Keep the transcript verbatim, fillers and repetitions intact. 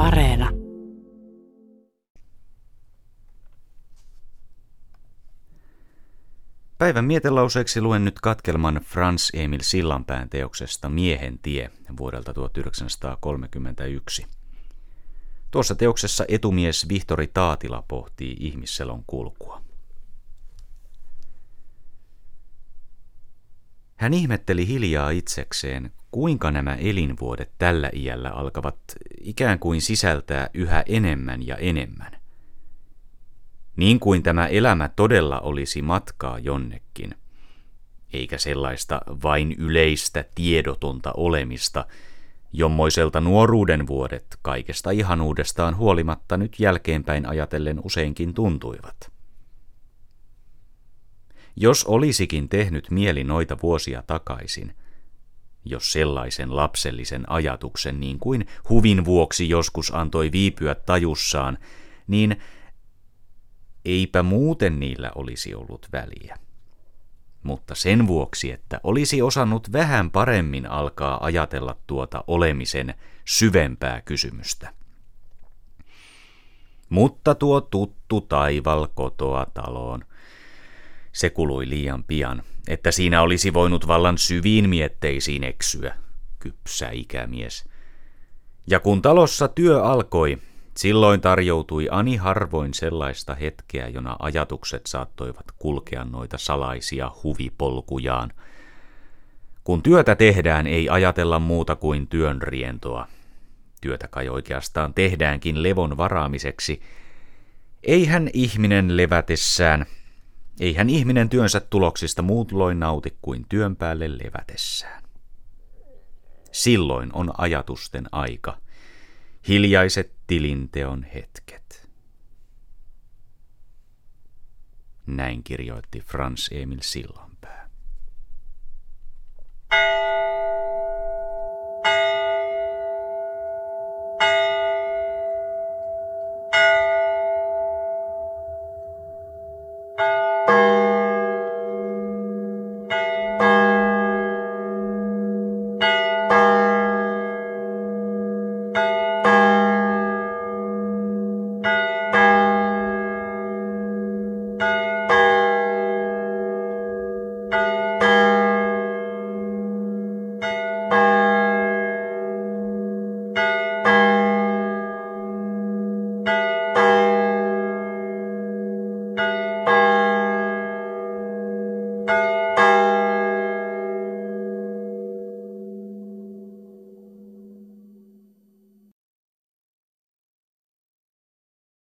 Areena. Päivän mietelauseeksi luen nyt katkelman Frans Emil Sillanpään teoksesta Miehen tie vuodelta tuhatyhdeksänsataakolmekymmentäyksi. Tuossa teoksessa etumies Vihtori Taatila pohtii ihmisselon kulkua. Hän ihmetteli hiljaa itsekseen, kuinka nämä elinvuodet tällä iällä alkavat ikään kuin sisältää yhä enemmän ja enemmän. Niin kuin tämä elämä todella olisi matkaa jonnekin, eikä sellaista vain yleistä tiedotonta olemista, jommoiselta nuoruuden vuodet kaikesta ihanuudestaan huolimatta nyt jälkeenpäin ajatellen useinkin tuntuivat. Jos olisikin tehnyt mieli noita vuosia takaisin, jos sellaisen lapsellisen ajatuksen niin kuin huvin vuoksi joskus antoi viipyä tajussaan, niin eipä muuten niillä olisi ollut väliä. Mutta sen vuoksi, että olisi osannut vähän paremmin alkaa ajatella tuota olemisen syvempää kysymystä. Mutta tuo tuttu taival kotoa taloon, se kului liian pian, että siinä olisi voinut vallan syviin mietteisiin eksyä, kypsä ikämies. Ja kun talossa työ alkoi, silloin tarjoutui ani harvoin sellaista hetkeä, jona ajatukset saattoivat kulkea noita salaisia huvipolkujaan. Kun työtä tehdään, ei ajatella muuta kuin työn rientoa. Työtä kai oikeastaan tehdäänkin levon varaamiseksi. Eihän ihminen levätessään, eihän ihminen työnsä tuloksista muutloin nauti kuin työn päälle levätessään. Silloin on ajatusten aika. Hiljaiset tilinteon hetket. Näin kirjoitti Frans Emil Sillanpää.